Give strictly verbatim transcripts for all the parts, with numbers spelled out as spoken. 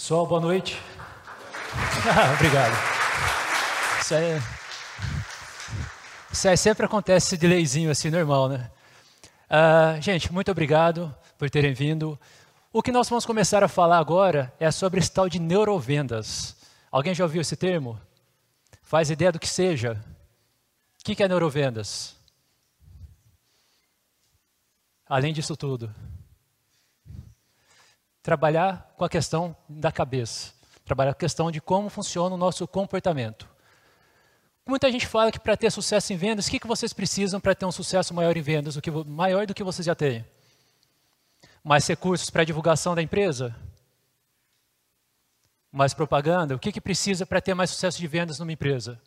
Pessoal, boa noite. Obrigado. Isso aí, isso aí sempre acontece esse delayzinho assim, normal, né? Uh, gente, muito obrigado por terem vindo. O que nós vamos começar a falar agora é sobre esse tal de neurovendas. Alguém já ouviu esse termo? Faz ideia do que seja? O que é neurovendas? Além disso tudo, trabalhar com a questão da cabeça, trabalhar com a questão de como funciona o nosso comportamento. Muita gente fala que para ter sucesso em vendas, o que, que vocês precisam para ter um sucesso maior em vendas, do que, maior do que vocês já têm? Mais recursos para a divulgação da empresa? Mais propaganda? O que, que precisa para ter mais sucesso de vendas numa empresa?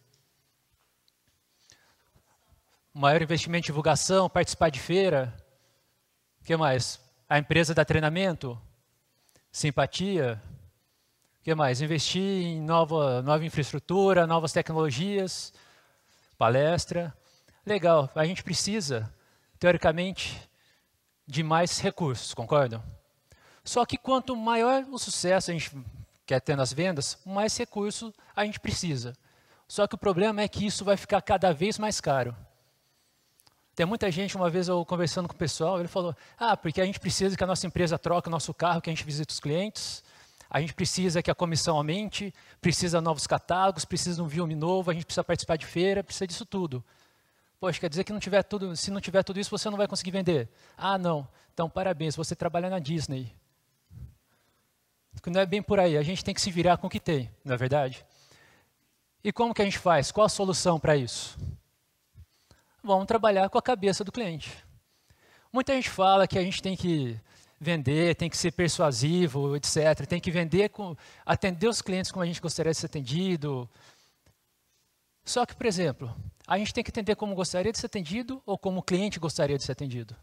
Maior investimento em divulgação, participar de feira? O que mais? A empresa dá treinamento? Simpatia? O que mais? Investir em nova, nova infraestrutura, novas tecnologias, palestra. Legal, a gente precisa, teoricamente, de mais recursos, concordam? Só que quanto maior o sucesso a gente quer ter nas vendas, mais recursos a gente precisa. Só que o problema é que isso vai ficar cada vez mais caro. Tem muita gente, uma vez eu conversando com o pessoal, ele falou, ah, porque a gente precisa que a nossa empresa troque o nosso carro, que a gente visita os clientes, a gente precisa que a comissão aumente, precisa de novos catálogos, precisa de um filme novo, a gente precisa participar de feira, precisa disso tudo. Poxa, quer dizer que não tiver tudo, se não tiver tudo isso, você não vai conseguir vender. Ah, não. Então, parabéns, você trabalha na Disney. Não é bem por aí, a gente tem que se virar com o que tem, não é verdade? E como que a gente faz? Qual a solução para isso? Vamos trabalhar com a cabeça do cliente. Muita gente fala que a gente tem que vender, tem que ser persuasivo, etcétera. Tem que vender, com, atender os clientes como a gente gostaria de ser atendido. Só que, por exemplo, a gente tem que atender como gostaria de ser atendido ou como o cliente gostaria de ser atendido.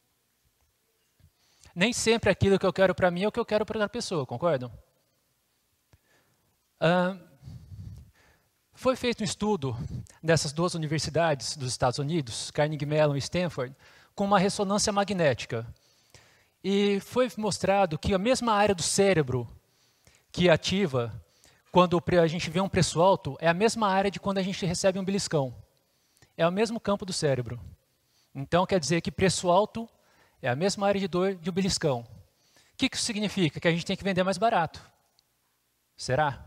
Nem sempre aquilo que eu quero para mim é o que eu quero para outra pessoa, concordam? Ah, foi feito um estudo nessas duas universidades dos Estados Unidos, Carnegie Mellon e Stanford, com uma ressonância magnética. E foi mostrado que a mesma área do cérebro que ativa quando a gente vê um preço alto é a mesma área de quando a gente recebe um beliscão. É o mesmo campo do cérebro. Então, quer dizer que preço alto é a mesma área de dor de um beliscão. O que isso significa? Que a gente tem que vender mais barato. Será?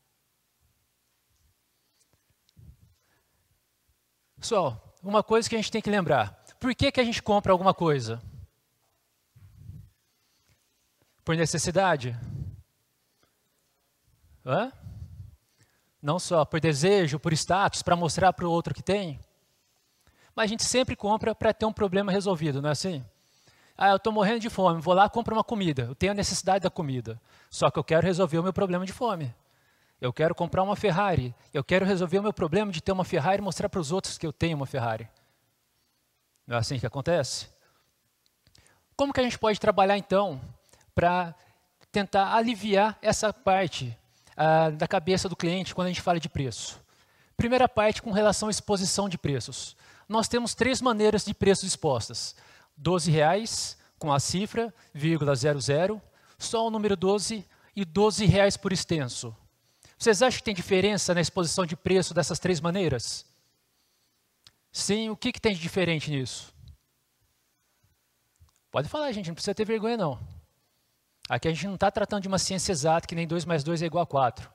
Pessoal, uma coisa que a gente tem que lembrar. Por que que a gente compra alguma coisa? Por necessidade? Hã? Não só por desejo, por status, para mostrar para o outro que tem. Mas a gente sempre compra para ter um problema resolvido, não é assim? Ah, eu estou morrendo de fome, vou lá e compro uma comida. Eu tenho a necessidade da comida. Só que eu quero resolver o meu problema de fome. Eu quero comprar uma Ferrari. Eu quero resolver o meu problema de ter uma Ferrari e mostrar para os outros que eu tenho uma Ferrari. Não é assim que acontece? Como que a gente pode trabalhar, então, para tentar aliviar essa parte ah, da cabeça do cliente quando a gente fala de preço? Primeira parte, com relação à exposição de preços. Nós temos três maneiras de preços expostas. doze reais, com a cifra, vírgula zero zero, só o número doze e doze reais por extenso. Vocês acham que tem diferença na exposição de preço dessas três maneiras? Sim, o que, que tem de diferente nisso? Pode falar, gente, não precisa ter vergonha, não. Aqui a gente não está tratando de uma ciência exata, que nem dois mais dois é igual a quatro.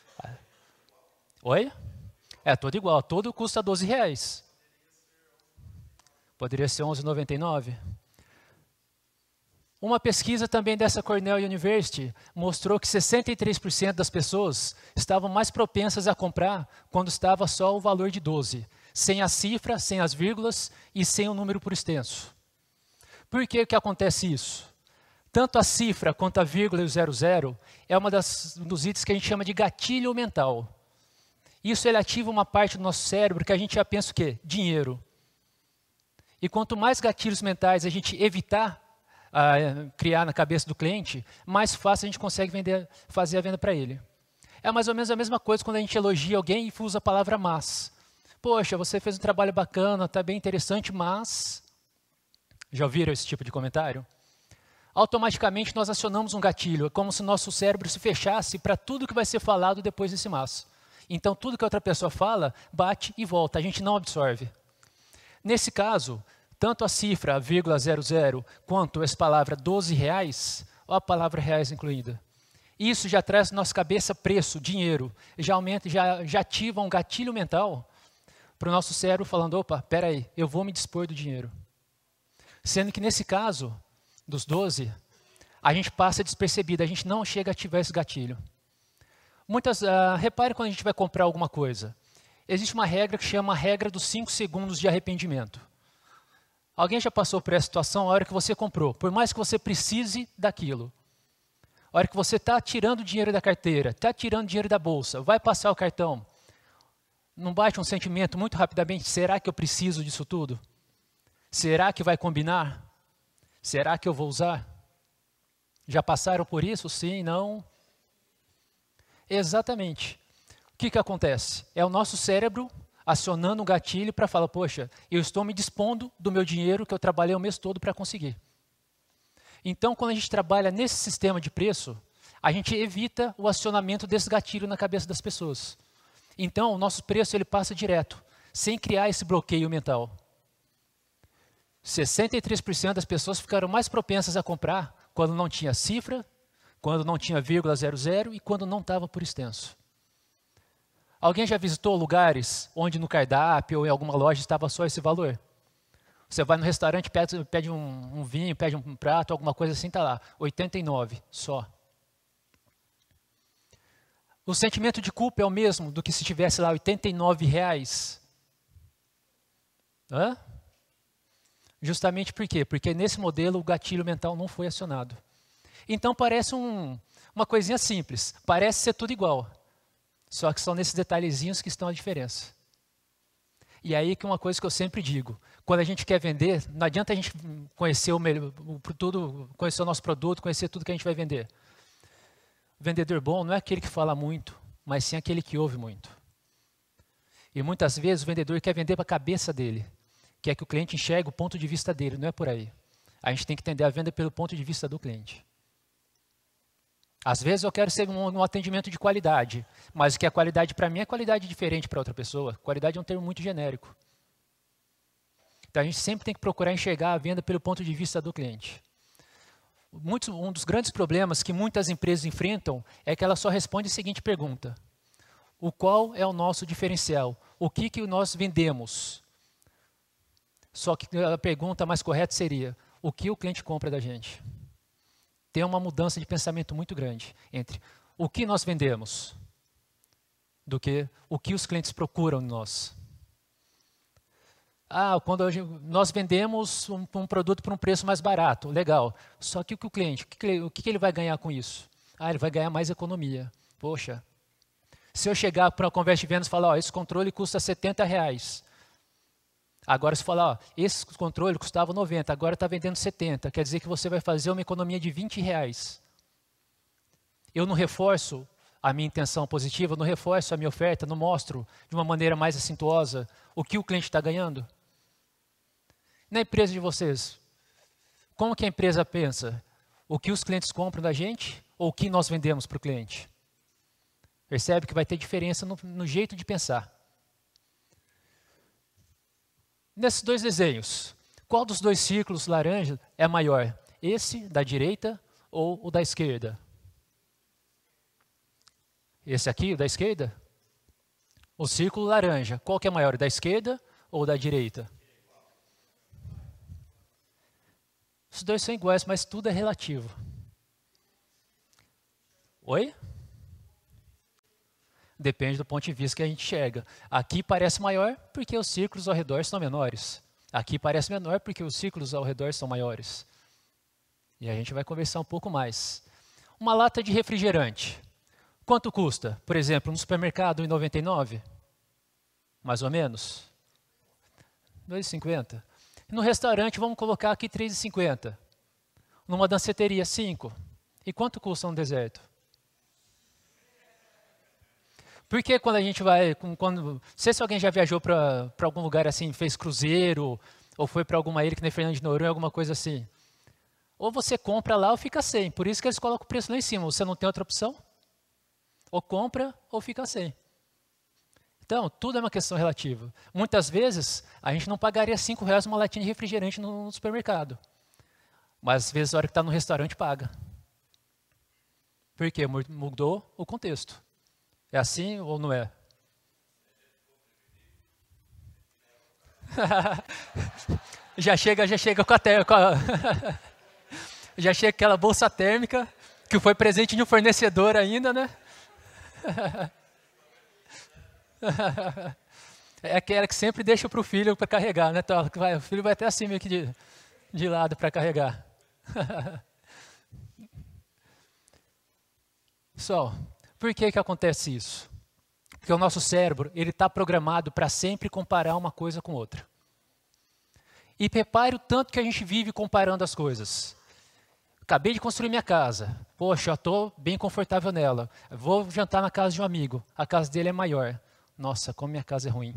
Oi? É, todo igual, todo custa doze reais. Poderia ser onze reais e noventa e nove centavos. Uma pesquisa também dessa Cornell University mostrou que sessenta e três por cento das pessoas estavam mais propensas a comprar quando estava só o valor de doze, sem a cifra, sem as vírgulas e sem o número por extenso. Por que que acontece isso? Tanto a cifra quanto a vírgula e o zero zero é uma das, um dos itens que a gente chama de gatilho mental. Isso ele ativa uma parte do nosso cérebro que a gente já pensa o quê? Dinheiro. E quanto mais gatilhos mentais a gente evitar a criar na cabeça do cliente, mais fácil a gente consegue vender, fazer a venda para ele. É mais ou menos a mesma coisa quando a gente elogia alguém e usa a palavra mas. Poxa, você fez um trabalho bacana, está bem interessante, mas... Já ouviram esse tipo de comentário? automaticamente nós acionamos um gatilho. É como se o nosso cérebro se fechasse para tudo que vai ser falado depois desse maço. Então, tudo que a outra pessoa fala, bate e volta. A gente não absorve. Nesse caso, tanto a cifra vírgula zero zero quanto essa palavra doze reais, ou a palavra reais incluída. Isso já traz na nossa cabeça preço, dinheiro. Já aumenta, já, já ativa um gatilho mental para o nosso cérebro falando, opa, espera aí, eu vou me dispor do dinheiro. Sendo que nesse caso, dos doze, a gente passa despercebido, a gente não chega a ativar esse gatilho. Muitas, uh, repare quando a gente vai comprar alguma coisa. Existe uma regra que chama a regra dos cinco segundos de arrependimento. Alguém já passou por essa situação a hora que você comprou, por mais que você precise daquilo. A hora que você está tirando dinheiro da carteira, está tirando dinheiro da bolsa, vai passar o cartão. Não bate um sentimento muito rapidamente, será que eu preciso disso tudo? Será que vai combinar? Será que eu vou usar? Já passaram por isso? Sim, não? Exatamente. O que, que acontece? É o nosso cérebro acionando um gatilho para falar, poxa, eu estou me dispondo do meu dinheiro que eu trabalhei o mês todo para conseguir. Então, quando a gente trabalha nesse sistema de preço, a gente evita o acionamento desse gatilho na cabeça das pessoas. Então, o nosso preço ele passa direto, sem criar esse bloqueio mental. sessenta e três por cento das pessoas ficaram mais propensas a comprar quando não tinha cifra, quando não tinha vírgula zero zero e quando não estava por extenso. Alguém já visitou lugares onde no cardápio ou em alguma loja estava só esse valor? Você vai no restaurante, pede, pede um, um vinho, pede um prato, alguma coisa assim, está lá, oitenta e nove só. O sentimento de culpa é o mesmo do que se tivesse lá oitenta e nove reais. Hã? Justamente por quê? Porque nesse modelo o gatilho mental não foi acionado. Então parece um, uma coisinha simples, parece ser tudo igual. Só que são nesses detalhezinhos que estão a diferença. E aí que uma coisa que eu sempre digo, quando a gente quer vender, não adianta a gente conhecer o, melhor, o, tudo, conhecer o nosso produto, conhecer tudo que a gente vai vender. O vendedor bom não é aquele que fala muito, mas sim aquele que ouve muito. E muitas vezes o vendedor quer vender para a cabeça dele, quer que o cliente enxergue o ponto de vista dele, não é por aí. A gente tem que entender a venda pelo ponto de vista do cliente. Às vezes eu quero ser um, um atendimento de qualidade, mas que a qualidade para mim é qualidade diferente para outra pessoa. Qualidade é um termo muito genérico. Então a gente sempre tem que procurar enxergar a venda pelo ponto de vista do cliente. Muitos, um dos grandes problemas que muitas empresas enfrentam é que ela só responde a seguinte pergunta: o qual é o nosso diferencial? O que, que nós vendemos? Só que a pergunta mais correta seria: o que o cliente compra da gente? Tem uma mudança de pensamento muito grande entre o que nós vendemos do que o que os clientes procuram em nós. Ah, quando nós vendemos um, um produto por um preço mais barato, legal. Só que o que o cliente, o que, o que ele vai ganhar com isso? Ah, ele vai ganhar mais economia. Poxa, se eu chegar para uma conversa de vendas e falar, ó, esse controle custa setenta reais. Agora se falar, ó, esse controle custava noventa, agora está vendendo setenta, quer dizer que você vai fazer uma economia de vinte reais. Eu não reforço a minha intenção positiva, não reforço a minha oferta, não mostro de uma maneira mais acintuosa o que o cliente está ganhando. Na empresa de vocês, como que a empresa pensa? O que os clientes compram da gente ou o que nós vendemos para o cliente? Percebe que vai ter diferença no, no jeito de pensar. Nesses dois desenhos, qual dos dois círculos laranja é maior? Esse da direita ou o da esquerda? Esse aqui, o da esquerda? O círculo laranja, qual que é maior, da esquerda ou da direita? Os dois são iguais, mas tudo é relativo. Oi? Depende do ponto de vista que a gente enxerga. Aqui parece maior porque os círculos ao redor são menores. Aqui parece menor porque os círculos ao redor são maiores. E a gente vai conversar um pouco mais. Uma lata de refrigerante. Quanto custa? Por exemplo, no supermercado, um real e noventa e nove centavos? Mais ou menos? dois reais e cinquenta centavos. No restaurante, vamos colocar aqui três reais e cinquenta centavos. Numa danceteria, cinco reais. E quanto custa um deserto? Porque quando a gente vai, quando, não sei se alguém já viajou para algum lugar assim, fez cruzeiro, ou foi para alguma ilha que nem Fernando de Noronha, alguma coisa assim. Ou você compra lá ou fica sem. Por isso que eles colocam o preço lá em cima. Você não tem outra opção. Ou compra ou fica sem. Então, tudo é uma questão relativa. Muitas vezes, a gente não pagaria cinco reais uma latinha de refrigerante no supermercado. Mas, às vezes, a hora que está no restaurante, paga. Por quê? Mudou o contexto. É assim ou não é? já chega, já chega com a, com a já chega aquela bolsa térmica que foi presente de um fornecedor ainda, né? É aquela que sempre deixa para o filho para carregar, né? Então, vai, o filho vai até assim meio que de, de lado para carregar. Pessoal, por que que acontece isso? Porque o nosso cérebro ele está programado para sempre comparar uma coisa com outra. E repare o tanto que a gente vive comparando as coisas. Acabei de construir minha casa. Poxa, eu estou bem confortável nela. Vou jantar na casa de um amigo. A casa dele é maior. Nossa, como minha casa é ruim.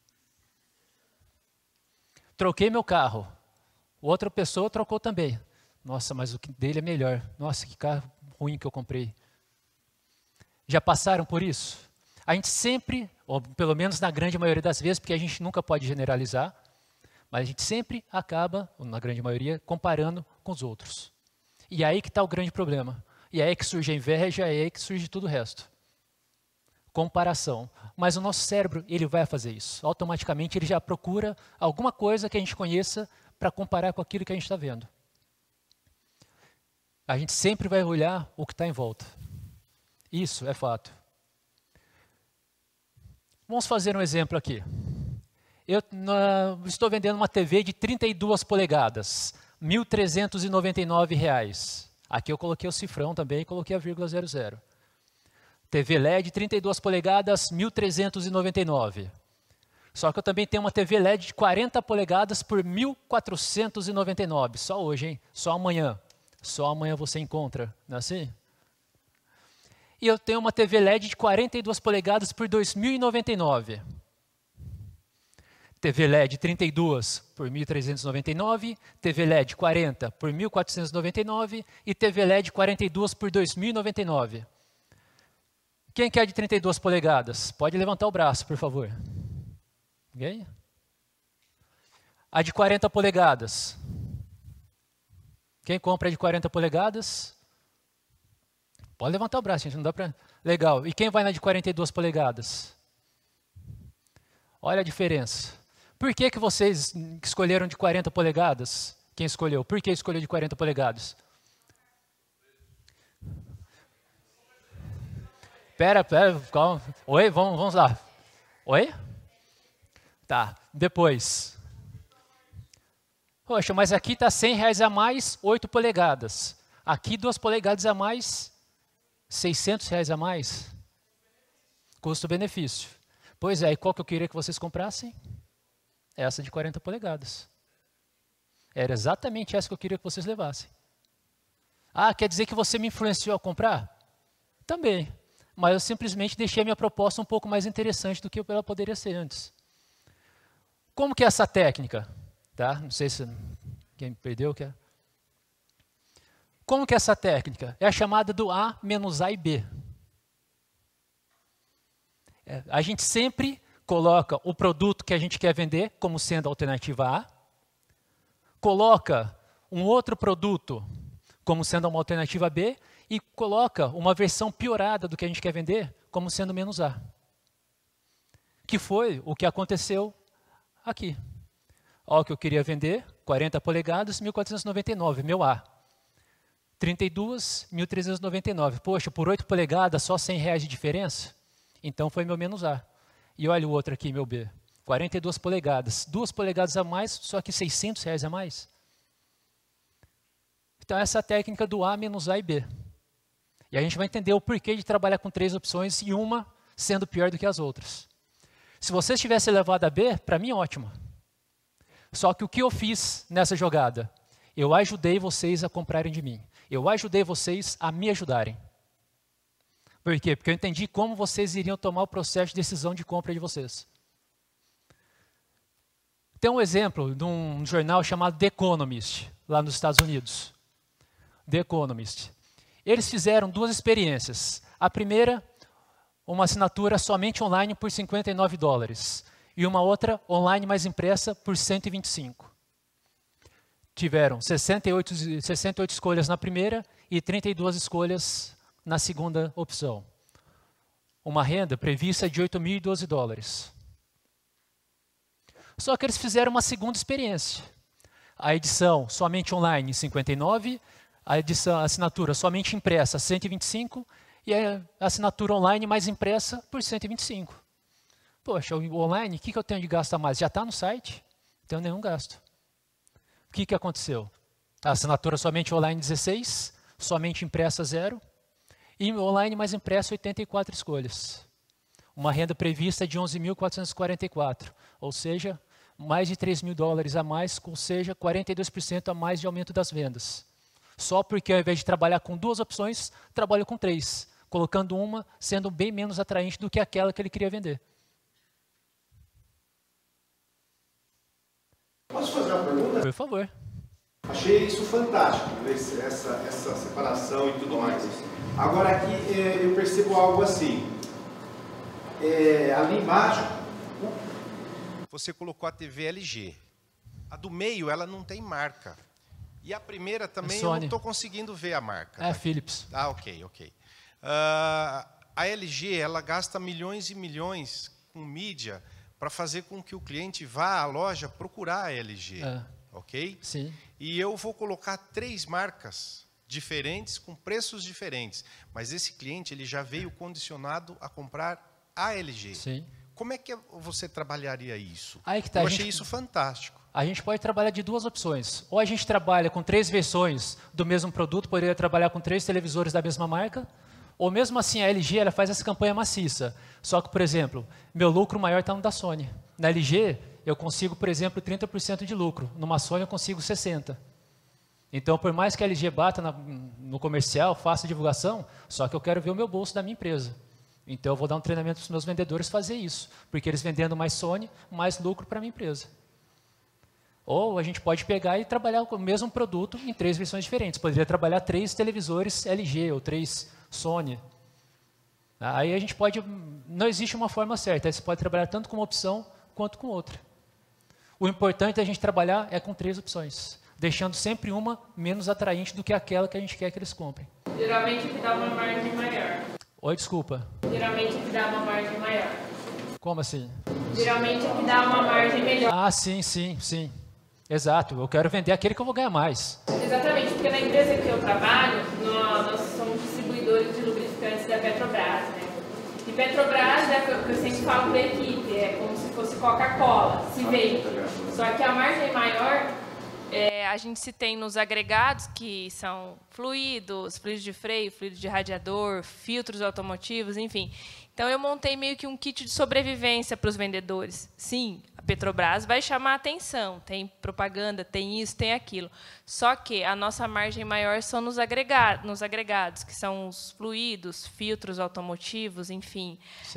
Troquei meu carro. Outra pessoa trocou também. Nossa, mas o dele é melhor. Nossa, que carro ruim que eu comprei. Já passaram por isso? A gente sempre, ou pelo menos na grande maioria das vezes, porque a gente nunca pode generalizar, mas a gente sempre acaba, na grande maioria, comparando com os outros. E é aí que está o grande problema. E é aí que surge a inveja, é aí que surge tudo o resto. Comparação. Mas o nosso cérebro, ele vai fazer isso. Automaticamente ele já procura alguma coisa que a gente conheça para comparar com aquilo que a gente está vendo. A gente sempre vai olhar o que está em volta. Isso é fato. Vamos fazer um exemplo aqui. Eu uh, estou vendendo uma T V de trinta e duas polegadas, mil trezentos e noventa e nove reais. Aqui eu coloquei o cifrão também e coloquei a vírgula zero zero. T V L E D trinta e duas polegadas, mil trezentos e noventa e nove. Só que eu também tenho uma T V L E D de quarenta polegadas por mil quatrocentos e noventa e nove. Só hoje, hein? Só amanhã. Só amanhã você encontra, não é assim? E eu tenho uma T V L E D de quarenta e duas polegadas por dois mil e noventa e nove. T V L E D trinta e duas por mil trezentos e noventa e nove, T V L E D quarenta por mil quatrocentos e noventa e nove e T V L E D quarenta e duas por dois mil e noventa e nove. Quem quer de trinta e duas polegadas? Pode levantar o braço, por favor. Ninguém? A de quarenta polegadas. Quem compra a de quarenta polegadas? Pode levantar o braço, gente, não dá para... Legal. E quem vai na de quarenta e duas polegadas? Olha a diferença. Por que que vocês escolheram de quarenta polegadas? Quem escolheu? Por que escolheu de quarenta polegadas? Pera, pera, calma. Oi, vamos, vamos lá. Oi? Tá, depois. Poxa, mas aqui está cem reais a mais, oito polegadas. Aqui duas polegadas a mais, seiscentos reais a mais. Custo-benefício. Pois é, e qual que eu queria que vocês comprassem? Essa de quarenta polegadas. Era exatamente essa que eu queria que vocês levassem. Ah, quer dizer que você me influenciou a comprar? Também. Mas eu simplesmente deixei a minha proposta um pouco mais interessante do que ela poderia ser antes. Como que é essa técnica? Tá? Não sei se quem perdeu quer. Como que é essa técnica? É a chamada do A menos A e B. É, a gente sempre coloca o produto que a gente quer vender como sendo a alternativa A, coloca um outro produto como sendo uma alternativa B e coloca uma versão piorada do que a gente quer vender como sendo menos A. Que foi o que aconteceu aqui. Olha o que eu queria vender, quarenta polegadas, mil quatrocentos e noventa e nove, meu A. trinta e duas, mil trezentos e noventa e nove. Poxa, por oito polegadas, só cem reais de diferença? Então foi meu menos A. E olha o outro aqui, meu B. quarenta e duas polegadas, duas polegadas a mais, só que seiscentos reais a mais. Então essa é a técnica do A menos A e B. E a gente vai entender o porquê de trabalhar com três opções e uma sendo pior do que as outras. Se vocês tivessem levado a B, para mim ótimo. Só que o que eu fiz nessa jogada? Eu ajudei vocês a comprarem de mim. Eu ajudei vocês a me ajudarem. Por quê? Porque eu entendi como vocês iriam tomar o processo de decisão de compra de vocês. Tem um exemplo de um jornal chamado The Economist, lá nos Estados Unidos. The Economist. Eles fizeram duas experiências. A primeira, uma assinatura somente online por cinquenta e nove dólares. E uma outra, online mais impressa, por cento e vinte e cinco. Tiveram sessenta e oito, sessenta e oito escolhas na primeira e trinta e duas escolhas na segunda opção. Uma renda prevista de oito mil e doze dólares. Só que eles fizeram uma segunda experiência. A edição somente online, cinquenta e nove, a edição, a assinatura somente impressa, cento e vinte e cinco, e a assinatura online mais impressa por cento e vinte e cinco. Poxa, o online, o que, que eu tenho de gasto a mais? Já está no site? Não tenho nenhum gasto. O que, que aconteceu? A assinatura somente online dezesseis, somente impressa zero, e online mais impressa oitenta e quatro escolhas. Uma renda prevista de onze mil quatrocentos e quarenta e quatro, ou seja, mais de três mil dólares a mais, ou seja, quarenta e dois por cento a mais de aumento das vendas. Só porque ao invés de trabalhar com duas opções, trabalho com três, colocando uma sendo bem menos atraente do que aquela que ele queria vender. Posso fazer uma pergunta? Por favor. Achei isso fantástico, essa, essa separação e tudo mais. Agora aqui é, eu percebo algo assim. É, ali embaixo... Você colocou a T V L G. A do meio, ela não tem marca. E a primeira também É eu não Sony. estou conseguindo ver a marca. É Tá? Philips. Ah, ok, ok. Uh, a L G, ela gasta milhões e milhões com mídia para fazer com que o cliente vá à loja procurar a L G. É. Ok? Sim. E eu vou colocar três marcas diferentes, com preços diferentes. Mas esse cliente ele já veio condicionado a comprar a L G. Sim. Como é que você trabalharia isso? Aí que tá, eu a achei gente- isso fantástico. A gente pode trabalhar de duas opções. Ou a gente trabalha com três versões do mesmo produto, poderia trabalhar com três televisores da mesma marca, ou mesmo assim a L G ela faz essa campanha maciça. Só que, por exemplo, meu lucro maior está no da Sony. Na L G, eu consigo, por exemplo, trinta por cento de lucro. Numa Sony, eu consigo sessenta por cento. Então, por mais que a L G bata na, no comercial, faça divulgação, só que eu quero ver o meu bolso da minha empresa. Então, eu vou dar um treinamento para os meus vendedores fazer isso, porque eles vendendo mais Sony, mais lucro para a minha empresa. Ou a gente pode pegar e trabalhar com o mesmo produto em três versões diferentes. Poderia trabalhar três televisores L G ou três Sony. Aí a gente pode... Não existe uma forma certa. Aí você pode trabalhar tanto com uma opção quanto com outra. O importante é a gente trabalhar é com três opções, deixando sempre uma menos atraente do que aquela que a gente quer que eles comprem. Geralmente o que dá uma margem maior. Oi, desculpa. Geralmente o que dá uma margem maior. Como assim? Geralmente o que dá uma margem melhor. Ah, sim, sim, sim. Exato. Eu quero vender aquele que eu vou ganhar mais. Exatamente, porque na empresa que eu trabalho, nós, nós somos distribuidores de lubrificantes da Petrobras, né? E Petrobras, é o que eu sempre falo para a equipe, é como se fosse Coca-Cola, se vende. Só que a margem maior... É, a gente se tem nos agregados, que são fluidos, fluidos de freio, fluidos de radiador, filtros automotivos, enfim. Então, eu montei meio que um kit de sobrevivência para os vendedores. Sim, a Petrobras vai chamar a atenção, tem propaganda, tem isso, tem aquilo. Só que a nossa margem maior são nos agregados, nos agregados que são os fluidos, filtros automotivos, enfim.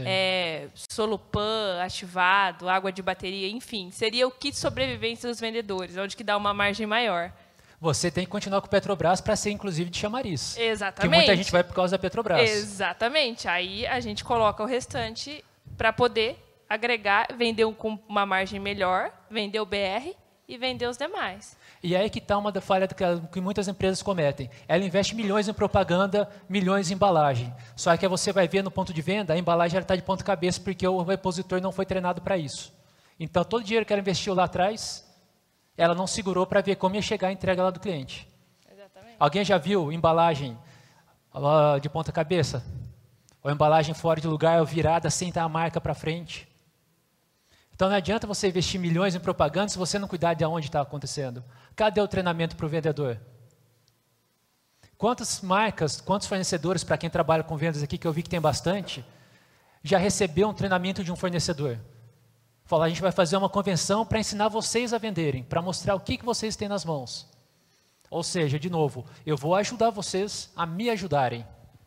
É, Solupan, ativado, água de bateria, enfim. Seria o kit de sobrevivência dos vendedores, onde que dá uma margem maior. Você tem que continuar com o Petrobras para ser, inclusive, de chamariz. Exatamente. Que muita gente vai por causa da Petrobras. Exatamente. Aí a gente coloca o restante para poder agregar, vender um, com uma margem melhor, vender o B R e vender os demais. E aí que está uma da falha que, que muitas empresas cometem. Ela investe milhões em propaganda, milhões em embalagem. Só que você vai ver no ponto de venda, a embalagem está de ponta cabeça porque o repositor não foi treinado para isso. Então, todo o dinheiro que ela investiu lá atrás, ela não segurou para ver como ia chegar a entrega lá do cliente. Exatamente. Alguém já viu embalagem uh, de ponta cabeça? Ou embalagem fora de lugar, ou virada sem dar a marca para frente? Então não adianta você investir milhões em propaganda se você não cuidar de onde está acontecendo. Cadê o treinamento para o vendedor? Quantas marcas, quantos fornecedores, para quem trabalha com vendas aqui, que eu vi que tem bastante, já recebeu um treinamento de um fornecedor? Falar, a gente vai fazer uma convenção para ensinar vocês a venderem, para mostrar o que, que vocês têm nas mãos. Ou seja, de novo, eu vou ajudar vocês a me ajudarem.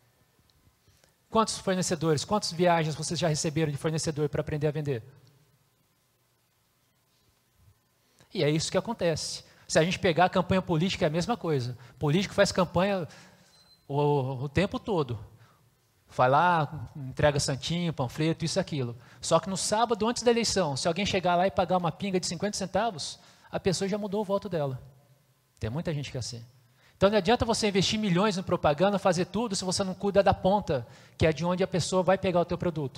Quantos fornecedores, quantas viagens vocês já receberam de fornecedor para aprender a vender? E é isso que acontece. Se a gente pegar a campanha política, é a mesma coisa. Político faz campanha o, o tempo todo. Vai lá, entrega santinho, panfleto, isso, aquilo. Só que no sábado, antes da eleição, se alguém chegar lá e pagar uma pinga de cinquenta centavos, a pessoa já mudou o voto dela. Tem muita gente que é assim. Então não adianta você investir milhões em propaganda, fazer tudo, se você não cuida da ponta, que é de onde a pessoa vai pegar o teu produto.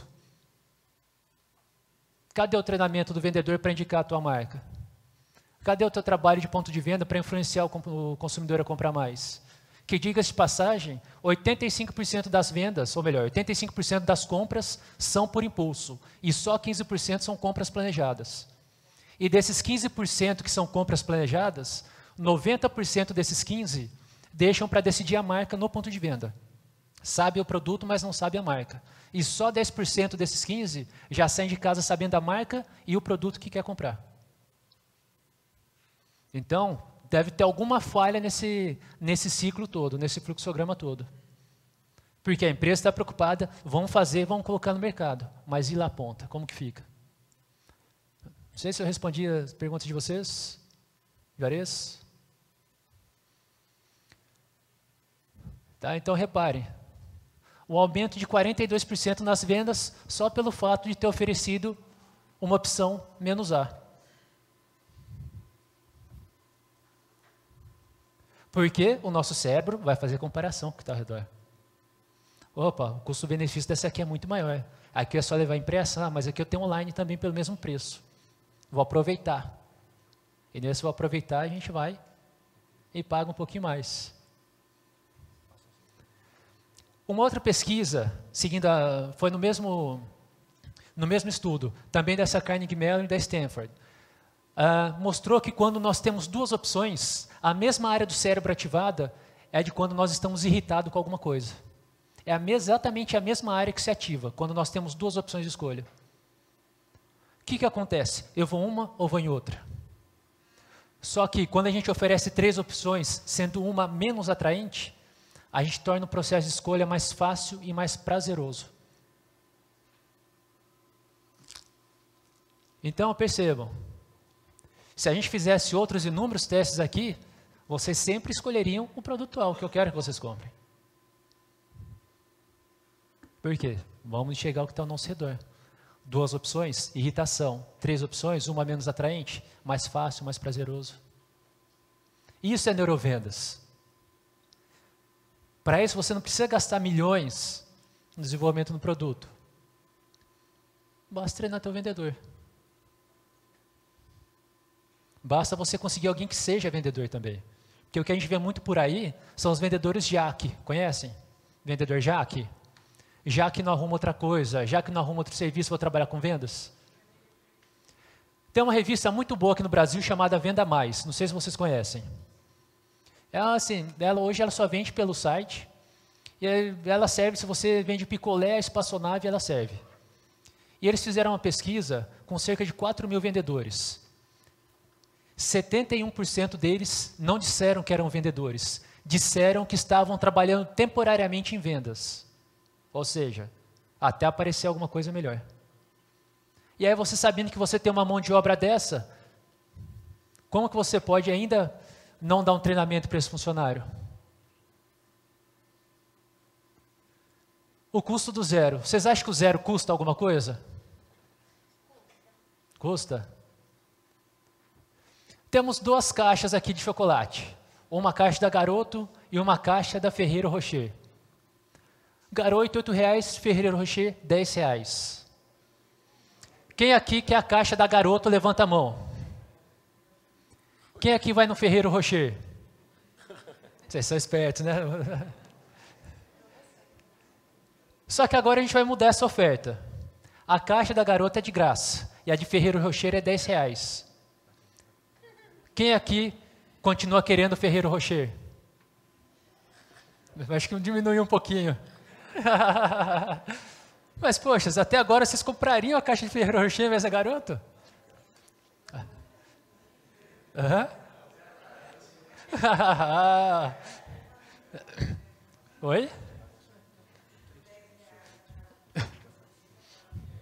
Cadê o treinamento do vendedor para indicar a tua marca? Cadê o teu trabalho de ponto de venda para influenciar o consumidor a comprar mais? Que, diga-se de passagem, oitenta e cinco por cento das vendas, ou melhor, oitenta e cinco por cento das compras são por impulso, e só quinze por cento são compras planejadas. E desses quinze por cento que são compras planejadas, noventa por cento desses quinze por cento deixam para decidir a marca no ponto de venda. Sabe o produto, mas não sabe a marca. E só dez por cento desses quinze por cento já saem de casa sabendo a marca e o produto que quer comprar. Então, deve ter alguma falha nesse, nesse ciclo todo, nesse fluxograma todo. Porque a empresa está preocupada, vão fazer, vão colocar no mercado. Mas e lá a ponta? Como que fica? Não sei se eu respondi as perguntas de vocês. Juarez? Tá, então, reparem. O aumento de quarenta e dois por cento nas vendas só pelo fato de ter oferecido uma opção menos A. Porque o nosso cérebro vai fazer comparação com o que está ao redor. Opa, o custo-benefício dessa aqui é muito maior. Aqui é só levar impressa, ah, mas aqui eu tenho online também pelo mesmo preço. Vou aproveitar. E nesse vou aproveitar, a gente vai e paga um pouquinho mais. Uma outra pesquisa, seguindo a, foi no mesmo, no mesmo estudo, também dessa Carnegie Mellon e da Stanford, uh, mostrou que quando nós temos duas opções, a mesma área do cérebro ativada é de quando nós estamos irritados com alguma coisa. É a, exatamente a mesma área que se ativa, quando nós temos duas opções de escolha. O que, que acontece? Eu vou uma ou vou em outra? Só que quando a gente oferece três opções, sendo uma menos atraente, a gente torna o processo de escolha mais fácil e mais prazeroso. Então, percebam, se a gente fizesse outros inúmeros testes aqui, vocês sempre escolheriam o produto atual que eu quero que vocês comprem. Por quê? Vamos enxergar o que está ao nosso redor. Duas opções, irritação. Três opções, uma menos atraente, mais fácil, mais prazeroso. Isso é neurovendas. Para isso, você não precisa gastar milhões no desenvolvimento do produto. Basta treinar teu vendedor. Basta você conseguir alguém que seja vendedor também. Porque o que a gente vê muito por aí são os vendedores Jaque. Conhecem? Vendedor Jaque? Já que não arruma outra coisa, já que não arruma outro serviço, vou trabalhar com vendas. Tem uma revista muito boa aqui no Brasil chamada Venda Mais. Não sei se vocês conhecem. Ela, assim, ela, hoje ela só vende pelo site. E ela serve, se você vende picolé, espaçonave, ela serve. E eles fizeram uma pesquisa com cerca de quatro mil vendedores. setenta e um por cento deles não disseram que eram vendedores. Disseram que estavam trabalhando temporariamente em vendas. Ou seja, até aparecer alguma coisa melhor. E aí você sabendo que você tem uma mão de obra dessa, como que você pode ainda não dar um treinamento para esse funcionário? O custo do zero. Vocês acham que o zero custa alguma coisa? Custa? Temos duas caixas aqui de chocolate. Uma caixa da Garoto e uma caixa da Ferreiro Rocher. Garoto, oito reais, Ferreiro Rocher, dez reais. Quem aqui quer a caixa da Garoto, levanta a mão. Quem aqui vai no Ferreiro Rocher? Vocês são espertos, né? Só que agora a gente vai mudar essa oferta. A caixa da Garoto é de graça e a de Ferreiro Rocher é dez reais. Quem aqui continua querendo Ferreiro Rocher? Acho que diminuiu um pouquinho. Mas, poxa, até agora vocês comprariam a caixa de Ferreiro Rocher em vez da Garoto? Uhum. Oi?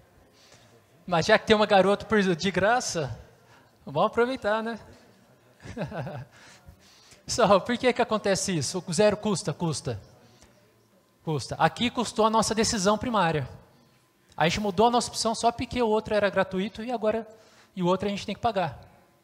Mas já que tem uma Garoto de graça, vamos aproveitar, né? Só, por que que acontece isso? O zero custa, custa. Custa. Aqui custou a nossa decisão primária. A gente mudou a nossa opção só porque o outro era gratuito e agora e o outro a gente tem que pagar.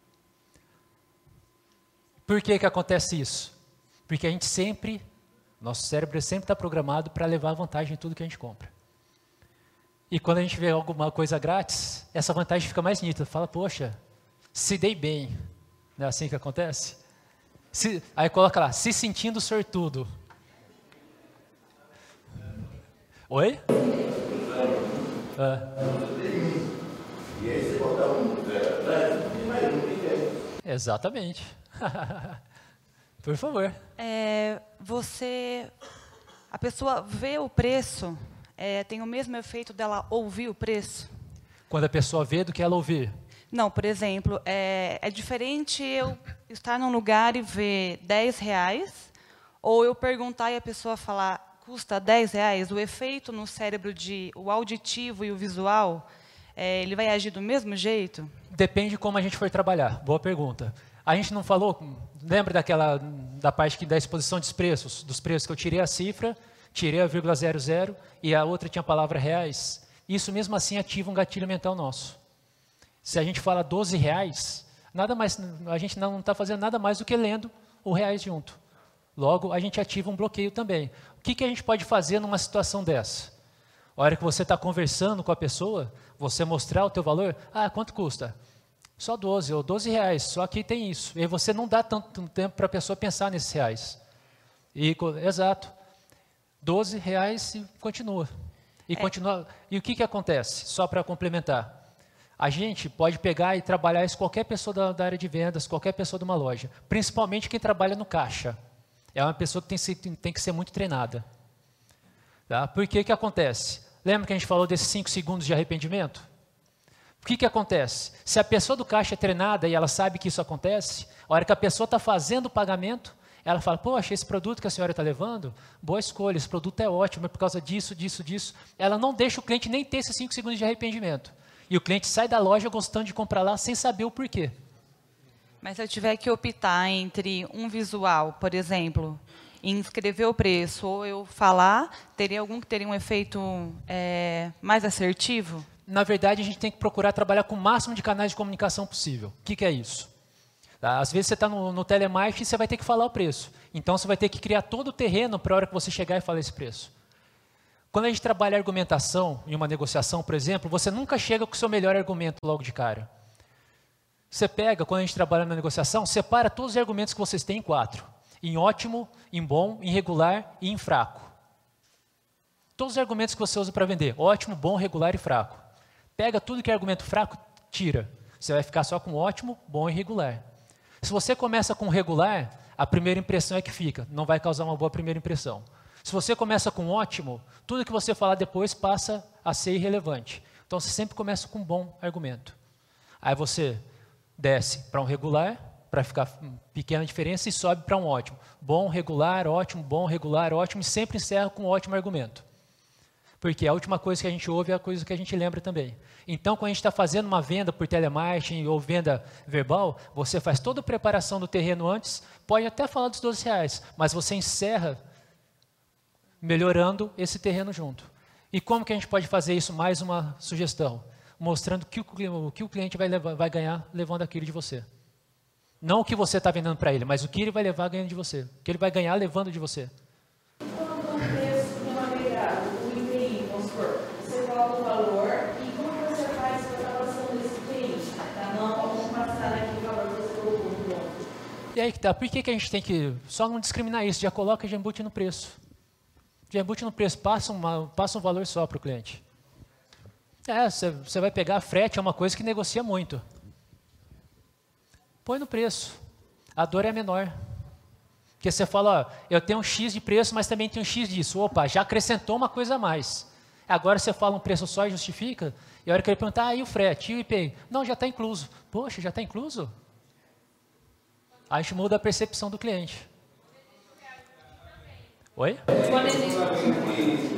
Por que que acontece isso? Porque a gente sempre, nosso cérebro sempre está programado para levar vantagem em tudo que a gente compra. E quando a gente vê alguma coisa grátis, essa vantagem fica mais nítida. Fala, poxa, se dei bem. Não é assim que acontece? Se, aí coloca lá, se sentindo sortudo. Oi? Ah. E aí você botar um zero atrás, e mais um ninguém. Exatamente. Por favor. É, você, a pessoa vê o preço, é, tem o mesmo efeito dela ouvir o preço? Quando a pessoa vê do que ela ouvir. Não, por exemplo, é, é diferente eu estar num lugar e ver dez reais, ou eu perguntar e a pessoa falar, custa dez reais, o efeito no cérebro de o auditivo e o visual, é, ele vai agir do mesmo jeito? Depende de como a gente for trabalhar. Boa pergunta. A gente não falou, lembra daquela, da parte que, da exposição dos preços, dos preços que eu tirei a cifra, tirei a vírgula zero zero e a outra tinha a palavra reais? Isso mesmo assim ativa um gatilho mental nosso. Se a gente fala doze reais, nada mais, a gente não está fazendo nada mais do que lendo o reais junto. Logo, a gente ativa um bloqueio também. O que que a gente pode fazer numa situação dessa? A hora que você está conversando com a pessoa, você mostrar o teu valor, ah, quanto custa? Só doze, ou doze reais, só que tem isso. E você não dá tanto tempo para a pessoa pensar nesses reais. E, exato. doze reais e continua. E, é. continua. E o que que acontece? Só para complementar. A gente pode pegar e trabalhar isso qualquer pessoa da, da área de vendas, qualquer pessoa de uma loja. Principalmente quem trabalha no caixa. É uma pessoa que tem, tem que ser muito treinada. Tá? Por que que acontece? Lembra que a gente falou desses cinco segundos de arrependimento? O que que acontece? Se a pessoa do caixa é treinada e ela sabe que isso acontece, a hora que a pessoa está fazendo o pagamento, ela fala, poxa, esse produto que a senhora está levando, boa escolha, esse produto é ótimo, é por causa disso, disso, disso. Ela não deixa o cliente nem ter esses cinco segundos de arrependimento. E o cliente sai da loja gostando de comprar lá sem saber o porquê. Mas se eu tiver que optar entre um visual, por exemplo, em escrever o preço, ou eu falar, teria algum que teria um efeito é, mais assertivo? Na verdade, a gente tem que procurar trabalhar com o máximo de canais de comunicação possível. O que que é isso? Tá? Às vezes você está no, no telemarketing e você vai ter que falar o preço. Então, você vai ter que criar todo o terreno para a hora que você chegar e falar esse preço. Quando a gente trabalha argumentação em uma negociação, por exemplo, você nunca chega com o seu melhor argumento logo de cara. Você pega, quando a gente trabalha na negociação, separa todos os argumentos que vocês têm em quatro. Em ótimo, em bom, em regular e em fraco. Todos os argumentos que você usa para vender. Ótimo, bom, regular e fraco. Pega tudo que é argumento fraco, tira. Você vai ficar só com ótimo, bom e regular. Se você começa com regular, a primeira impressão é que fica. Não vai causar uma boa primeira impressão. Se você começa com ótimo, tudo que você falar depois passa a ser irrelevante. Então, você sempre começa com um bom argumento. Aí você desce para um regular, para ficar pequena diferença, e sobe para um ótimo. Bom, regular, ótimo, bom, regular, ótimo, e sempre encerra com um ótimo argumento. Porque a última coisa que a gente ouve é a coisa que a gente lembra também. Então, quando a gente está fazendo uma venda por telemarketing ou venda verbal, você faz toda a preparação do terreno antes, pode até falar dos doze reais, mas você encerra melhorando esse terreno junto. E como que a gente pode fazer isso? Mais uma sugestão. Mostrando que o, o que o cliente vai, levar, vai ganhar levando aquilo de você. Não o que você está vendendo para ele, mas o que ele vai levar ganhando de você. O que ele vai ganhar levando de você. Quando o preço do navegado, o I P I, vamos supor, você coloca o valor e como você faz a gravação desse I P I? Tá? Não como passar aquele valor que você colocou. E aí que tá. Por que, que a gente tem que só não discriminar isso? Já coloca, já embute no preço. Já embute no preço, passa, uma, passa um valor só para o cliente. É, você vai pegar frete, é uma coisa que negocia muito. Põe no preço. A dor é menor. Porque você fala, ó, eu tenho um X de preço, mas também tenho um X disso. Opa, já acrescentou uma coisa a mais. Agora você fala um preço só e justifica, e a hora que ele perguntar, ah, e o frete, e o I P I? Não, já está incluso. Poxa, já está incluso? Aí a gente muda a percepção do cliente. Oi? Quando existe...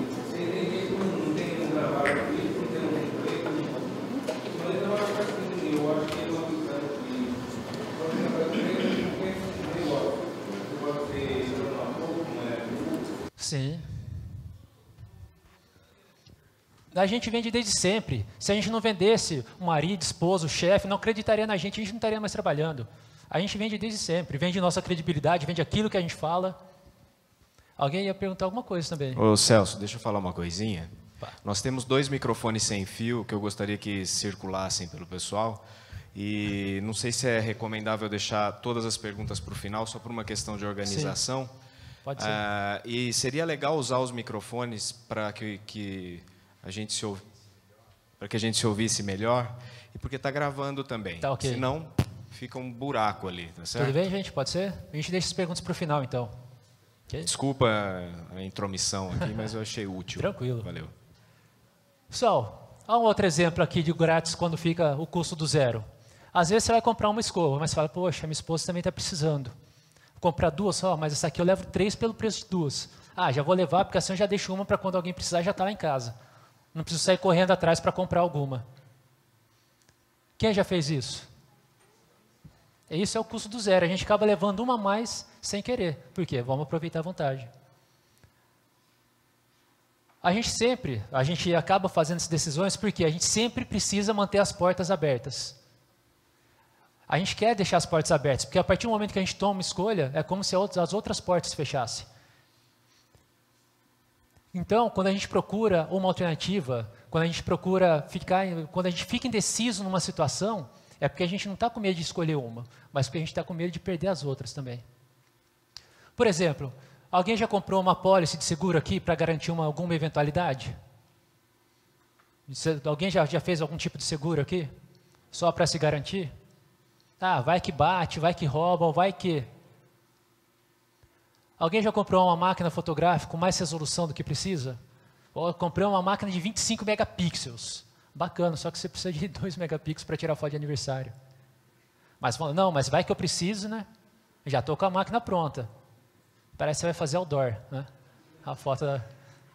Sim. A gente vende desde sempre. Se a gente não vendesse o marido, esposo, o chefe, não acreditaria na gente, a gente não estaria mais trabalhando. A gente vende desde sempre. Vende nossa credibilidade, vende aquilo que a gente fala. Alguém ia perguntar alguma coisa também. Ô Celso, deixa eu falar uma coisinha. Pá. Nós temos dois microfones sem fio que eu gostaria que circulassem pelo pessoal. E não sei se é recomendável deixar todas as perguntas para o final, só por uma questão de organização. Sim. Pode ser. Ah, e seria legal usar os microfones para que, que a gente se ouv... para que a gente se ouvisse melhor, e porque está gravando também. Tá, ok. Senão fica um buraco ali, tá certo? Tudo bem, gente? Pode ser? A gente deixa as perguntas para o final, então. Okay? Desculpa a intromissão aqui, mas eu achei útil. Tranquilo. Valeu. Pessoal, há um outro exemplo aqui de grátis quando fica o custo do zero. Às vezes você vai comprar uma escova, mas fala, poxa, minha esposa também está precisando. Vou comprar duas só, mas essa aqui eu levo três pelo preço de duas. Ah, já vou levar, porque assim eu já deixo uma para quando alguém precisar já está lá em casa. Não preciso sair correndo atrás para comprar alguma. Quem já fez isso? Isso é o custo do zero. A gente acaba levando uma a mais sem querer. Por quê? Vamos aproveitar a vantagem. A gente sempre, a gente acaba fazendo essas decisões porque a gente sempre precisa manter as portas abertas. A gente quer deixar as portas abertas, porque a partir do momento que a gente toma uma escolha, é como se as outras portas se fechassem. Então, quando a gente procura uma alternativa, quando a gente procura ficar, quando a gente fica indeciso numa situação, é porque a gente não está com medo de escolher uma, mas porque a gente está com medo de perder as outras também. Por exemplo, alguém já comprou uma apólice de seguro aqui para garantir uma, alguma eventualidade? Alguém já, já fez algum tipo de seguro aqui? Só para se garantir? Ah, vai que bate, vai que rouba, vai que... Alguém já comprou uma máquina fotográfica com mais resolução do que precisa? Ou eu comprei uma máquina de vinte e cinco megapixels. Bacana, só que você precisa de dois megapixels para tirar foto de aniversário. Mas não, mas vai que eu preciso, né? Já estou com a máquina pronta. Parece que você vai fazer outdoor, né? A foto da...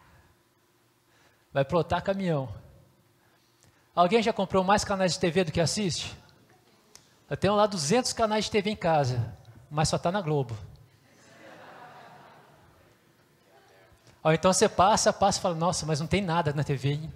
Vai plotar caminhão. Alguém já comprou mais canais de T V do que assiste? Eu tenho lá duzentos canais de T V em casa, mas só está na Globo. Ou então você passa, passa e fala, nossa, mas não tem nada na T V, hein?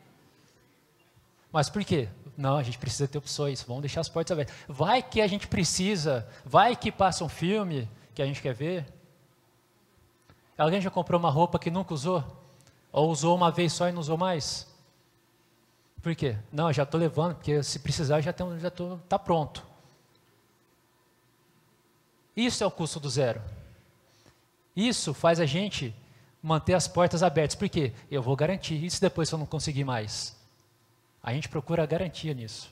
Mas por quê? Não, a gente precisa ter opções, vamos deixar as portas abertas. Vai que a gente precisa, vai que passa um filme que a gente quer ver. Alguém já comprou uma roupa que nunca usou? Ou usou uma vez só e não usou mais? Por quê? Não, já estou levando, porque se precisar já está já tá pronto. Isso é o custo do zero. Isso faz a gente manter as portas abertas. Por quê? Eu vou garantir. Isso depois se eu não conseguir mais? A gente procura garantia nisso.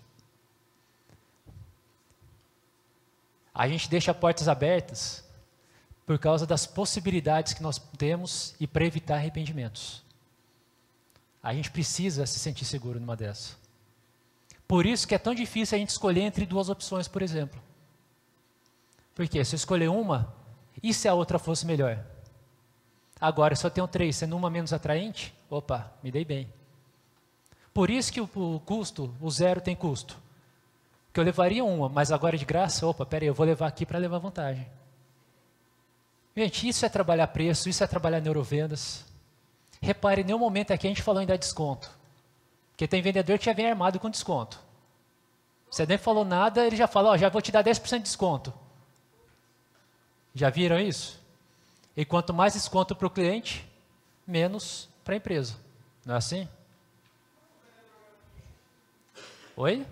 A gente deixa portas abertas por causa das possibilidades que nós temos e para evitar arrependimentos. A gente precisa se sentir seguro numa dessas. Por isso que é tão difícil a gente escolher entre duas opções, por exemplo. Porque se eu escolher uma, e se a outra fosse melhor? Agora, se eu tenho três, sendo uma menos atraente, opa, me dei bem. Por isso que o, o custo, o zero tem custo. Que eu levaria uma, mas agora de graça, opa, peraí, eu vou levar aqui para levar vantagem. Gente, isso é trabalhar preço, isso é trabalhar neurovendas. Repare, em nenhum momento aqui a gente falou em dar desconto. Porque tem vendedor que já vem armado com desconto. Você nem falou nada, ele já fala, ó, já vou te dar dez por cento de desconto. Já viram isso? E quanto mais desconto para o cliente, menos para a empresa. Não é assim? Oi?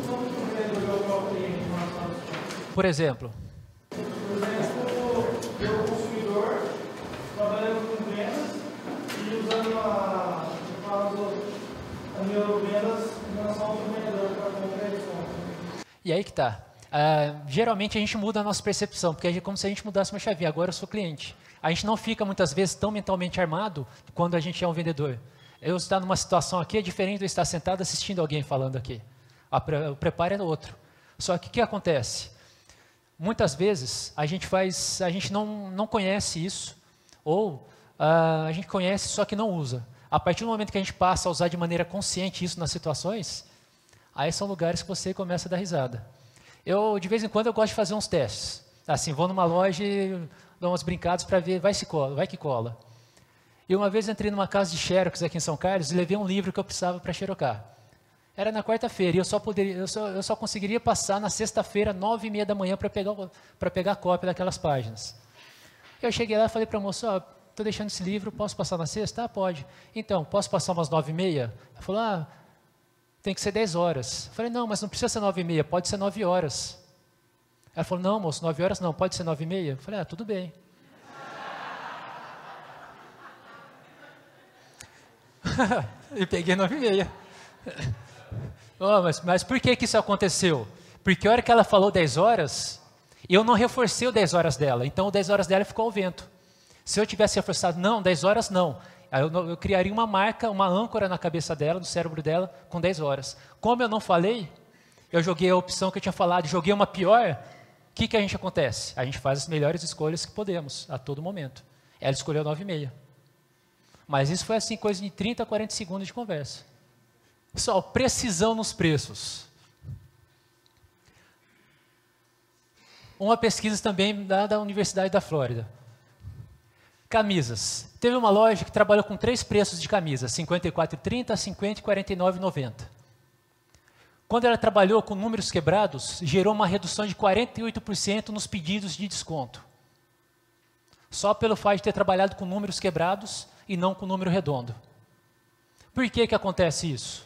Por exemplo? Por exemplo, eu, consumidor, trabalhando com vendas e usando a, a neurovendas em relação ao vendedor para comprar desconto. E aí que está. Uh, geralmente a gente muda a nossa percepção, porque é como se a gente mudasse uma chavinha. Agora eu sou cliente. A gente não fica muitas vezes tão mentalmente armado quando a gente é um vendedor. Eu estar numa situação aqui é diferente de eu estar sentado assistindo alguém falando aqui. O preparo é outro. Só que o que acontece? Muitas vezes a gente faz, a gente não, não conhece isso, ou uh, a gente conhece só que não usa. A partir do momento que a gente passa a usar de maneira consciente isso nas situações, aí são lugares que você começa a dar risada. Eu, de vez em quando, eu gosto de fazer uns testes. Assim, vou numa loja e dou umas brincadas para ver, vai se cola, vai que cola. E uma vez entrei numa casa de xerox aqui em São Carlos e levei um livro que eu precisava para xerocar. Era na quarta-feira e eu só, poderia, eu, só, eu só conseguiria passar na sexta-feira, nove e meia da manhã, para pegar, para pegar a cópia daquelas páginas. Eu cheguei lá e falei para a moça, ó, estou deixando esse livro, posso passar na sexta? Ah, pode. Então, posso passar umas nove e meia? Ela falou, ah, tem que ser dez horas. Eu falei, não, mas não precisa ser nove e meia, pode ser nove horas. Ela falou, não, moço, nove horas não, pode ser nove e meia? Eu falei, ah, tudo bem. E peguei nove e meia. Oh, mas, mas por que que isso aconteceu? Porque a hora que ela falou dez horas, eu não reforcei o dez horas dela, então o dez horas dela ficou ao vento. Se eu tivesse reforçado, não, dez horas não, aí eu, eu criaria uma marca, uma âncora na cabeça dela, no cérebro dela, com dez horas. Como eu não falei, eu joguei a opção que eu tinha falado, joguei uma pior, o que que a gente acontece? A gente faz as melhores escolhas que podemos, a todo momento. Ela escolheu nove e meia. Mas isso foi assim, coisa de trinta a quarenta segundos de conversa. Pessoal, precisão nos preços. Uma pesquisa também da, da Universidade da Flórida. Camisas. Teve uma loja que trabalhou com três preços de camisas, cinquenta e quatro reais e trinta centavos, cinquenta e quarenta e nove reais e noventa centavos. Quando ela trabalhou com números quebrados, gerou uma redução de quarenta e oito por cento nos pedidos de desconto. Só pelo fato de ter trabalhado com números quebrados e não com número redondo. Por que que acontece isso?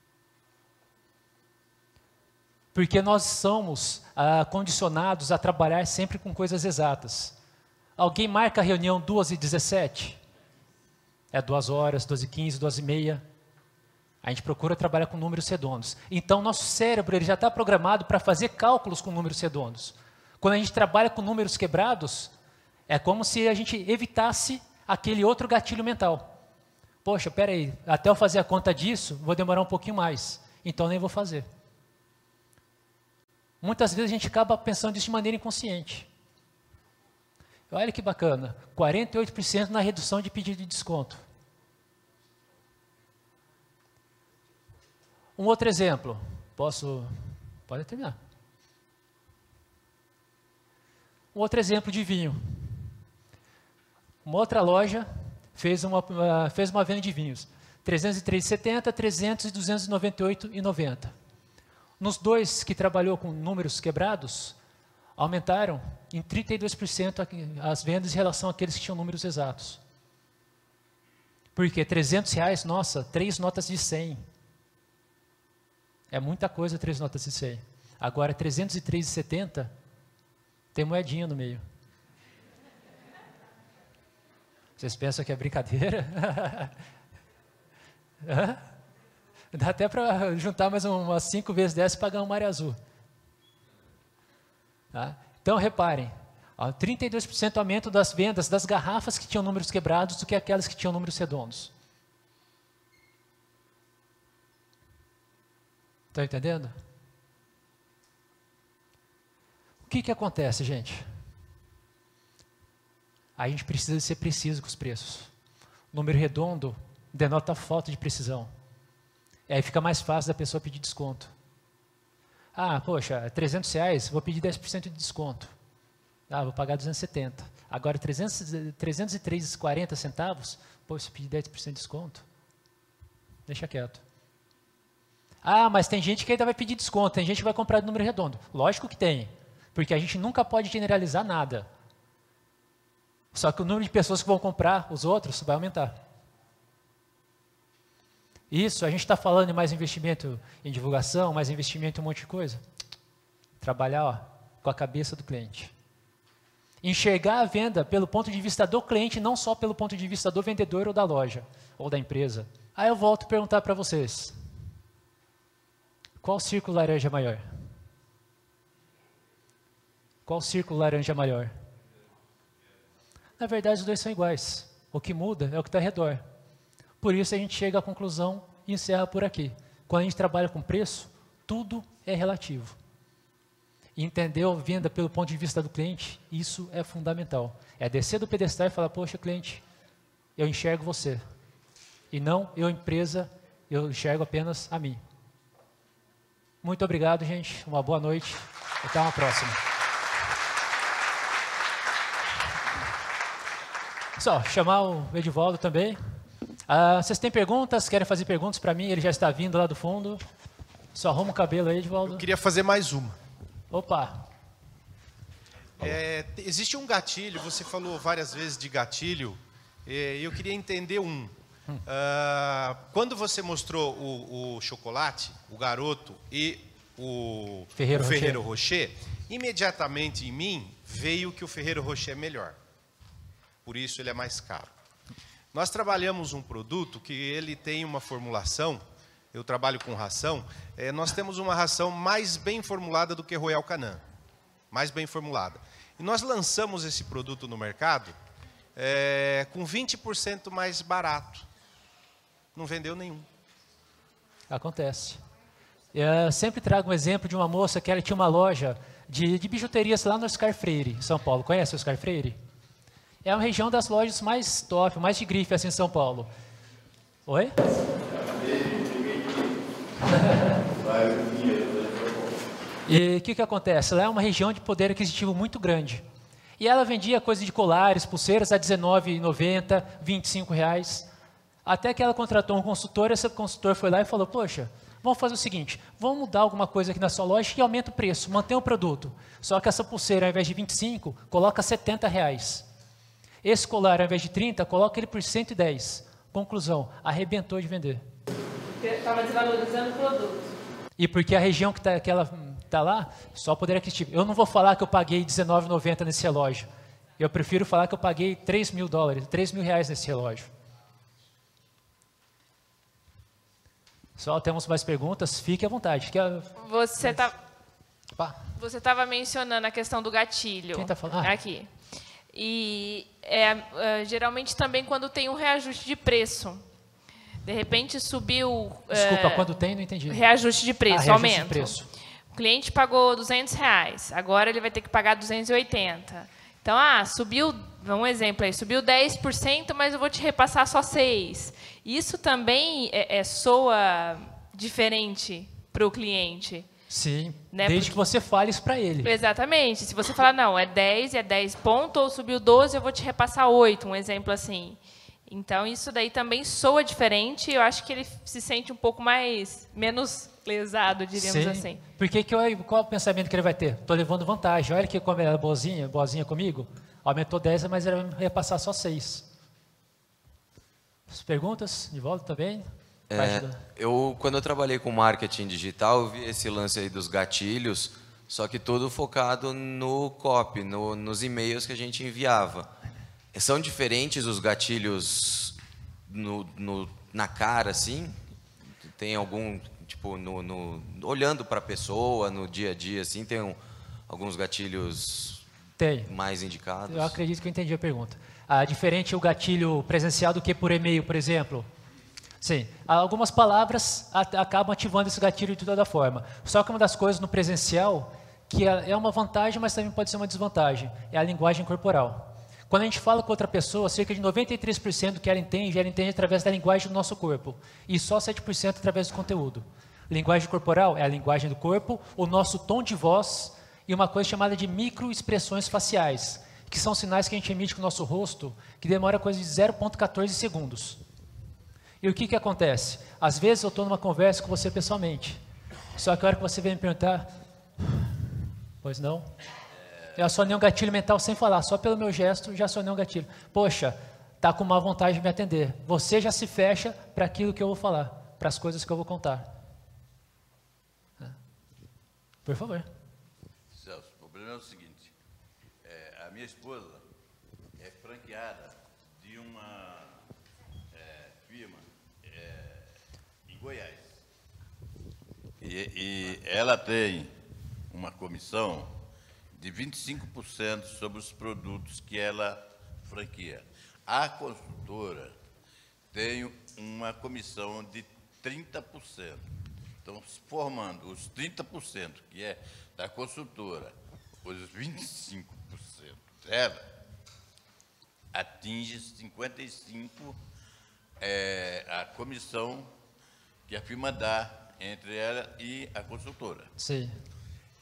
Porque nós somos ah, condicionados a trabalhar sempre com coisas exatas. Alguém marca a reunião duas e dezessete? É duas horas, duas e quinze, duas e meia. A gente procura trabalhar com números redondos. Então, nosso cérebro ele já está programado para fazer cálculos com números redondos. Quando a gente trabalha com números quebrados, é como se a gente evitasse aquele outro gatilho mental. Poxa, peraí, até eu fazer a conta disso, vou demorar um pouquinho mais. Então, nem vou fazer. Muitas vezes a gente acaba pensando disso de maneira inconsciente. Olha que bacana, quarenta e oito por cento na redução de pedido de desconto. Um outro exemplo, posso, pode terminar. Um outro exemplo de vinho. Uma outra loja fez uma, uh, fez uma venda de vinhos, trezentos e três reais e setenta centavos, trezentos e duzentos e noventa e oito reais e noventa centavos. Nos dois que trabalhou com números quebrados, aumentaram em trinta e dois por cento as vendas em relação àqueles que tinham números exatos. Porque trezentos reais, nossa, três notas de cem. É muita coisa, três notas de cem. Agora, trezentos e três reais e setenta centavos, tem moedinha no meio. Vocês pensam que é brincadeira? Hã? Dá até para juntar mais umas cinco vezes dessa e pagar um Maré Azul. Tá? Então, reparem, ó, trinta e dois por cento aumento das vendas das garrafas que tinham números quebrados do que aquelas que tinham números redondos. Estão entendendo? O que que acontece, gente? A gente precisa ser preciso com os preços. O número redondo denota falta de precisão. E aí fica mais fácil da pessoa pedir desconto. Ah, poxa, trezentos reais, vou pedir dez por cento de desconto. Ah, vou pagar duzentos e setenta. Agora, trezentos, trezentos e três reais e quarenta centavos, pô, se pedir dez por cento de desconto, deixa quieto. Ah, mas tem gente que ainda vai pedir desconto, tem gente que vai comprar de número redondo. Lógico que tem, porque a gente nunca pode generalizar nada. Só que o número de pessoas que vão comprar os outros vai aumentar. Isso, a gente está falando de mais investimento em divulgação, mais investimento em um monte de coisa. Trabalhar ó, com a cabeça do cliente. Enxergar a venda pelo ponto de vista do cliente, não só pelo ponto de vista do vendedor ou da loja, ou da empresa. Aí eu volto a perguntar para vocês. Qual círculo laranja é maior? Qual círculo laranja é maior? Na verdade, os dois são iguais. O que muda é o que está ao redor. Por isso a gente chega à conclusão e encerra por aqui. Quando a gente trabalha com preço, tudo é relativo. E entender a venda pelo ponto de vista do cliente, isso é fundamental. É descer do pedestal e falar, poxa, cliente, eu enxergo você. E não eu, empresa, eu enxergo apenas a mim. Muito obrigado, gente. Uma boa noite. Até uma próxima. Só chamar o Edivaldo também. Ah, vocês têm perguntas? Querem fazer perguntas para mim? Ele já está vindo lá do fundo. Só arruma o cabelo aí, Edivaldo. Eu queria fazer mais uma. Opa. É, existe um gatilho, você falou várias vezes de gatilho, e eu queria entender um. Hum. Uh, quando você mostrou o, o chocolate, o garoto e o Ferreiro, o Ferreiro Rocher. Rocher, imediatamente em mim veio que o Ferreiro Rocher é melhor. Por isso ele é mais caro. Nós trabalhamos um produto que ele tem uma formulação, eu trabalho com ração, é, nós temos uma ração mais bem formulada do que Royal Canin. Mais bem formulada. E nós lançamos esse produto no mercado é, com vinte por cento mais barato. Não vendeu nenhum. Acontece. Eu sempre trago um exemplo de uma moça que ela tinha uma loja de, de bijuterias lá no Oscar Freire, em São Paulo. Conhece o Oscar Freire? É uma região das lojas mais top, mais de grife assim em São Paulo. Oi? E o que, que acontece? Lá é uma região de poder aquisitivo muito grande. E ela vendia coisa de colares, pulseiras a dezenove reais e noventa centavos, vinte e cinco reais. Até que ela contratou um consultor, esse consultor foi lá e falou, poxa, vamos fazer o seguinte, vamos mudar alguma coisa aqui na sua loja e aumenta o preço, mantém o produto. Só que essa pulseira, ao invés de vinte e cinco, coloca setenta reais. Esse colar, ao invés de trinta, coloca ele por cento e dez. Conclusão, arrebentou de vender. Estava desvalorizando o produto. E porque a região que, tá, que ela está lá, só poder aquisitivo. Eu não vou falar que eu paguei dezenove reais e noventa centavos nesse relógio. Eu prefiro falar que eu paguei três mil dólares, três mil reais nesse relógio. Só temos mais perguntas, fique à vontade. Que a... Você tá, Pá. você estava mencionando a questão do gatilho. Quem está falando? Ah. Aqui. E é, é, geralmente também quando tem um reajuste de preço. De repente subiu... Desculpa, é, quando tem, não entendi. Reajuste de preço, ah, aumento. De preço. O cliente pagou duzentos reais, agora ele vai ter que pagar duzentos e oitenta. Então, ah, subiu, um exemplo aí, subiu dez por cento, mas eu vou te repassar só seis por cento. Isso também é, é, soa diferente para o cliente. Sim, né? Desde Porque... que você fale isso para ele. Exatamente. Se você falar, não, é dez, é dez ponto, ou subiu doze, eu vou te repassar oito, um exemplo assim. Então, isso daí também soa diferente, eu acho que ele se sente um pouco mais, menos lesado, diríamos Sim. assim. Porque que eu, qual é o pensamento que ele vai ter? Estou levando vantagem. Olha que como ela é boazinha, boazinha comigo, aumentou dez, mas ele vai repassar só seis. As perguntas? De volta também? É, eu, quando eu trabalhei com marketing digital, eu vi esse lance aí dos gatilhos, só que todo focado no copy, no, nos e-mails que a gente enviava. São diferentes os gatilhos no, no, na cara, assim? Tem algum, tipo, no, no, olhando para a pessoa, no dia a dia, assim, tem um, alguns gatilhos tem. mais indicados? Eu acredito que eu entendi a pergunta. Ah, diferente o gatilho presencial do que por e-mail, por exemplo? Sim. Algumas palavras acabam ativando esse gatilho de toda forma. Só que uma das coisas no presencial, que é uma vantagem, mas também pode ser uma desvantagem, é a linguagem corporal. Quando a gente fala com outra pessoa, cerca de noventa e três por cento do que ela entende, ela entende através da linguagem do nosso corpo. E só sete por cento através do conteúdo. Linguagem corporal é a linguagem do corpo, o nosso tom de voz e uma coisa chamada de microexpressões faciais, que são sinais que a gente emite com o nosso rosto, que demora coisa de zero vírgula quatorze segundos. E o que, que acontece? Às vezes eu estou numa conversa com você pessoalmente, só que a hora que você vem me perguntar, pois não? Eu acionei um gatilho mental sem falar, só pelo meu gesto já acionei um gatilho. Poxa, está com má vontade de me atender. Você já se fecha para aquilo que eu vou falar, para as coisas que eu vou contar. Por favor. Celso, o problema é o seguinte, é, a minha esposa é franqueada de uma é, firma é, em Goiás. E, e ela tem uma comissão de vinte e cinco por cento sobre os produtos que ela franquia. A consultora tem uma comissão de trinta por cento. Então, formando os trinta por cento, que é da consultora, os vinte e cinco por cento dela, atinge cinquenta e cinco por cento é, a comissão que a firma dá entre ela e a consultora. Sim.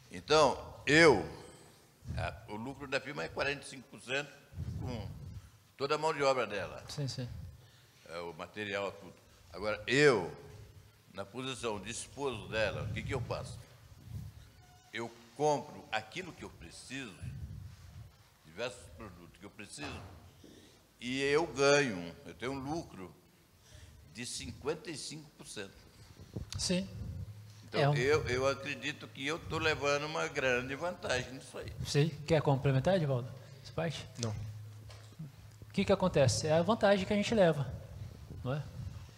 Então, eu... o lucro da firma é quarenta e cinco por cento com toda a mão de obra dela. Sim, sim. É, o material, tudo. Agora, eu, na posição de esposo dela, o que, que eu faço? Eu compro aquilo que eu preciso, diversos produtos que eu preciso, e eu ganho, eu tenho um lucro de cinquenta e cinco por cento. Sim. Então, É um... eu, eu acredito que eu estou levando uma grande vantagem nisso aí. Você quer complementar, Edivaldo? Essa parte? Não. O que, que acontece? É a vantagem que a gente leva, não é?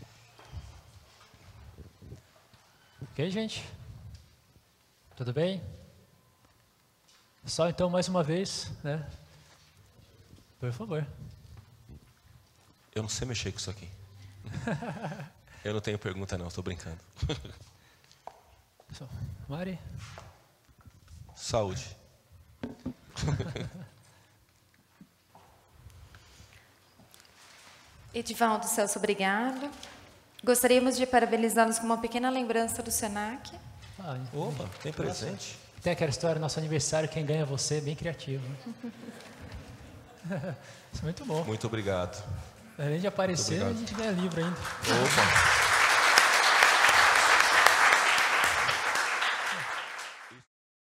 Ok, gente? Tudo bem? Só então, mais uma vez, né? Por favor. Eu não sei mexer com isso aqui. Eu não tenho pergunta, não, estou brincando. Mari? Saúde. Edivaldo, Celso, obrigado. Gostaríamos de parabenizá-los com uma pequena lembrança do Senac. Ah, Opa, tem presente? Tem aquela história, nosso aniversário, quem ganha é você, bem criativo. Isso é muito bom. Muito obrigado. Além de aparecer, a gente ganha livro ainda. Opa!